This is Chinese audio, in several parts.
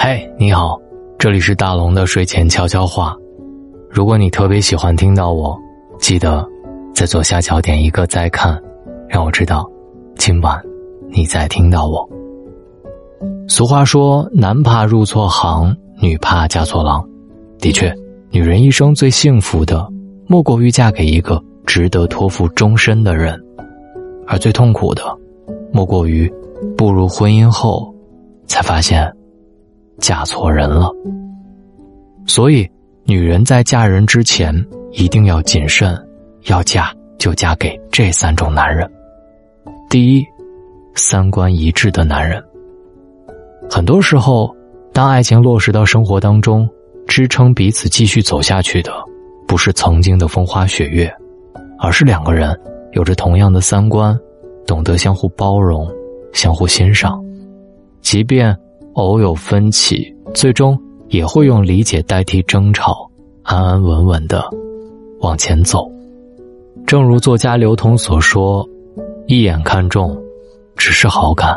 嘿，你好，这里是大龙的睡前悄悄话。如果你特别喜欢听到我，记得在左下角点一个再看，让我知道今晚你在听到我。俗话说，男怕入错行，女怕嫁错郎。的确，女人一生最幸福的莫过于嫁给一个值得托付终身的人，而最痛苦的莫过于步入婚姻后才发现嫁错人了。所以女人在嫁人之前一定要谨慎，要嫁就嫁给这3种男人。第一，三观一致的男人。很多时候，当爱情落实到生活当中，支撑彼此继续走下去的不是曾经的风花雪月，而是2个人有着同样的三观，懂得相互包容，相互欣赏，即便偶有分歧，最终也会用理解代替争吵，安安稳稳地往前走。正如作家刘同所说，一眼看中只是好感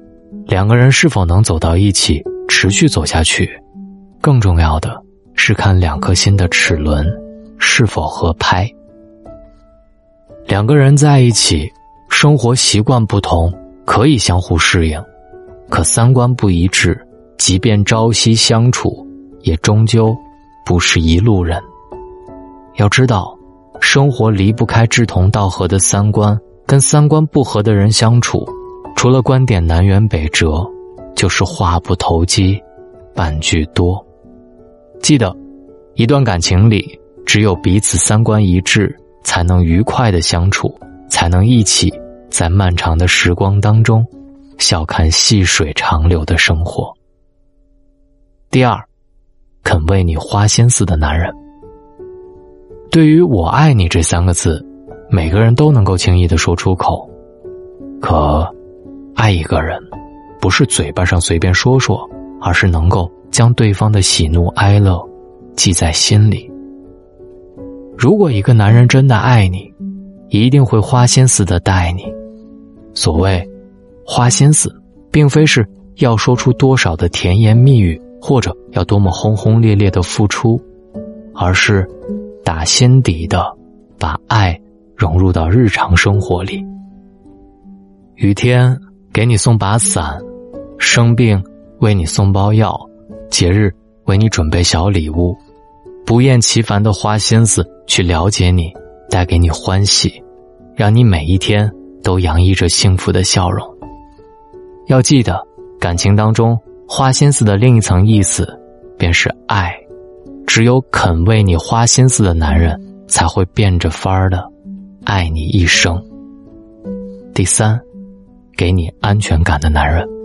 ，2个人是否能走到一起持续走下去，更重要的是看2颗心的齿轮是否合拍。2个人在一起，生活习惯不同，可以相互适应，可三观不一致，即便朝夕相处，也终究不是一路人。要知道，生活离不开志同道合的三观，跟三观不合的人相处，除了观点南辕北辙，就是话不投机，半句多。记得，一段感情里，只有彼此三观一致，才能愉快地相处，才能一起在漫长的时光当中笑看细水长流的生活。第二，肯为你花心思的男人。对于我爱你这3个字，每个人都能够轻易地说出口，可爱一个人不是嘴巴上随便说说，而是能够将对方的喜怒哀乐记在心里。如果一个男人真的爱你，一定会花心思地待你。所谓花心思，并非是要说出多少的甜言蜜语，或者要多么轰轰烈烈的付出，而是打心底的把爱融入到日常生活里。雨天给你送把伞，生病为你送包药，节日为你准备小礼物，不厌其烦的花心思去了解你，带给你欢喜，让你每一天都洋溢着幸福的笑容。要记得，感情当中花心思的另一层意思便是爱，只有肯为你花心思的男人，才会变着法儿的爱你一生。第三，给你安全感的男人。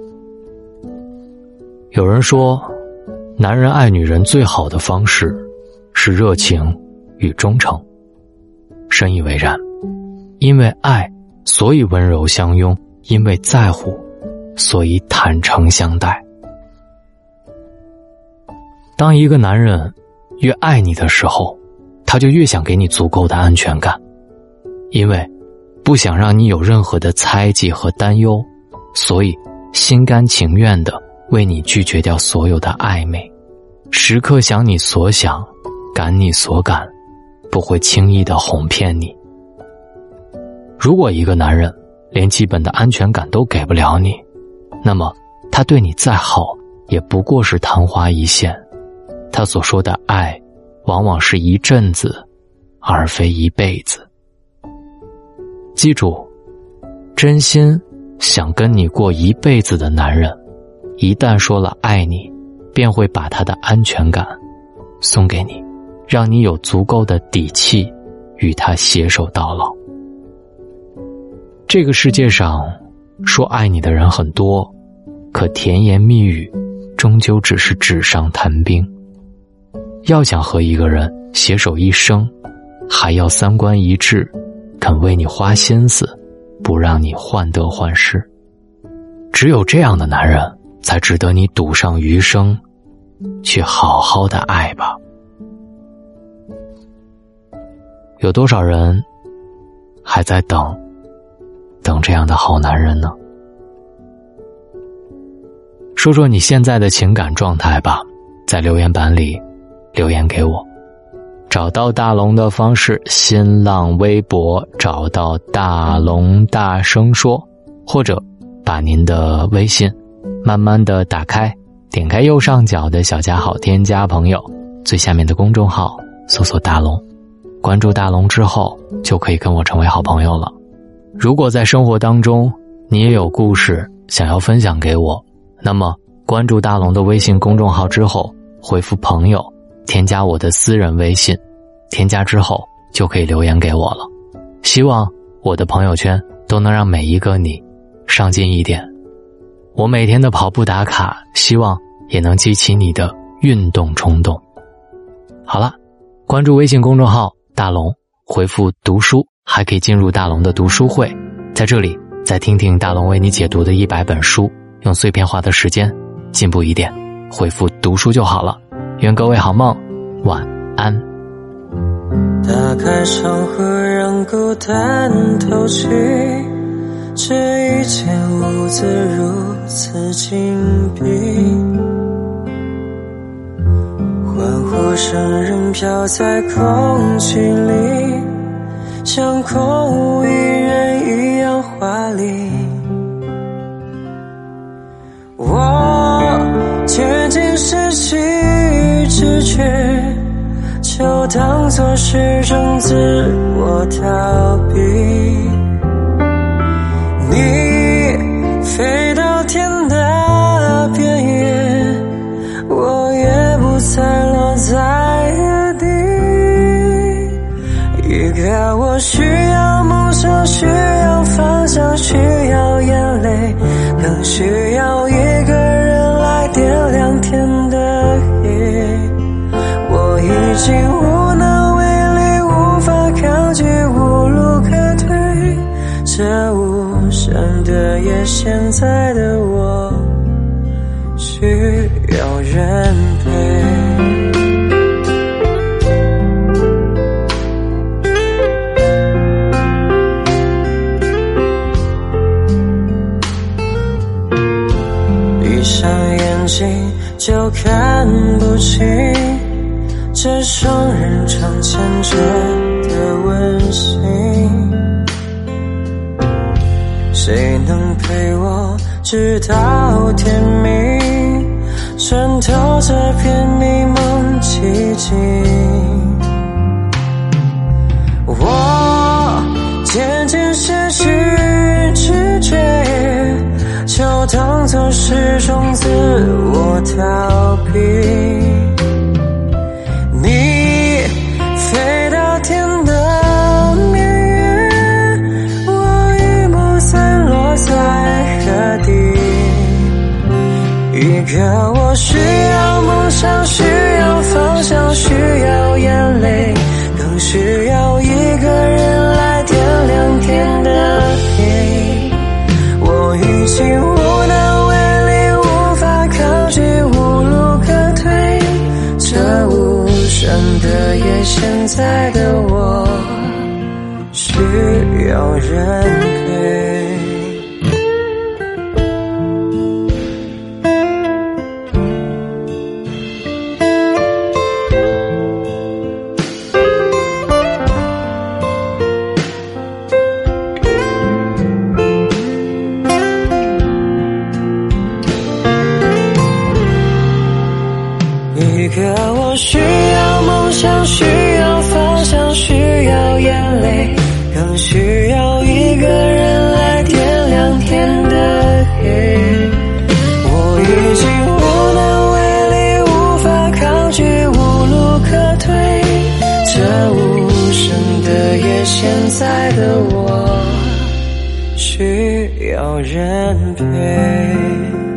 有人说，男人爱女人最好的方式是热情与忠诚，深以为然。因为爱，所以温柔相拥；因为在乎，所以坦诚相待。当一个男人越爱你的时候，他就越想给你足够的安全感，因为不想让你有任何的猜忌和担忧，所以心甘情愿地为你拒绝掉所有的暧昧，时刻想你所想，感你所感，不会轻易地哄骗你。如果一个男人连基本的安全感都给不了你，那么他对你再好也不过是昙花一现，他所说的爱往往是一阵子，而非一辈子。记住，真心想跟你过一辈子的男人，一旦说了爱你，便会把他的安全感送给你，让你有足够的底气与他携手到老。这个世界上说爱你的人很多，可甜言蜜语终究只是纸上谈兵。要想和一个人携手一生，还要三观一致，肯为你花心思，不让你患得患失。只有这样的男人，才值得你赌上余生去好好的爱吧。有多少人还在等这样的好男人呢？ 说说你现在的情感状态吧，在留言板里留言给我。找到大龙的方式，新浪微博找到大龙大声说，或者把您的微信慢慢的打开，点开右上角的小加号，添加朋友，最下面的公众号搜索大龙，关注大龙之后就可以跟我成为好朋友了。如果在生活当中你也有故事想要分享给我，那么关注大龙的微信公众号之后，回复朋友，添加我的私人微信，添加之后就可以留言给我了。希望我的朋友圈都能让每一个你上进一点。我每天的跑步打卡，希望也能激起你的运动冲动。好了，关注微信公众号大龙，回复读书，还可以进入大龙的读书会，在这里再听听大龙为你解读的100本书，用碎片化的时间进步一点，回复读书就好了。愿各位好梦，晚安。 打开窗户让孤单透气，这一间屋子如此紧闭，欢呼声仍飘在空气里，像空无一人一样华丽。我渐渐失去知觉，就当作是种自我逃避。你飞到天的边缘，我也不再落在何地。一个我需要梦想，需要方向，需要眼泪，更需要一个人来点亮天的夜。我已经无能为力，无法抗拒，无路可退，这无声的夜，现在的我需要人陪。闭上眼睛就看不清这双人床牵着的温馨，谁能陪我直到天明，穿透这片迷蒙寂静。我渐渐失去知觉，就当作是种自我逃避。你飞到天的边缘，我已不再落在何地。一个我需要梦想，需要方向，需要眼泪，更需要一个人来点亮天的黑。我已经无能为力，无法抗拒，无路可退，这无声的夜，现在的我需要人陪。一个我需要梦想，需要方向，需要眼泪，更需要一个人来点亮天的黑。我已经无能为力，无法抗拒，无路可退，这无声的夜，现在的我需要人陪。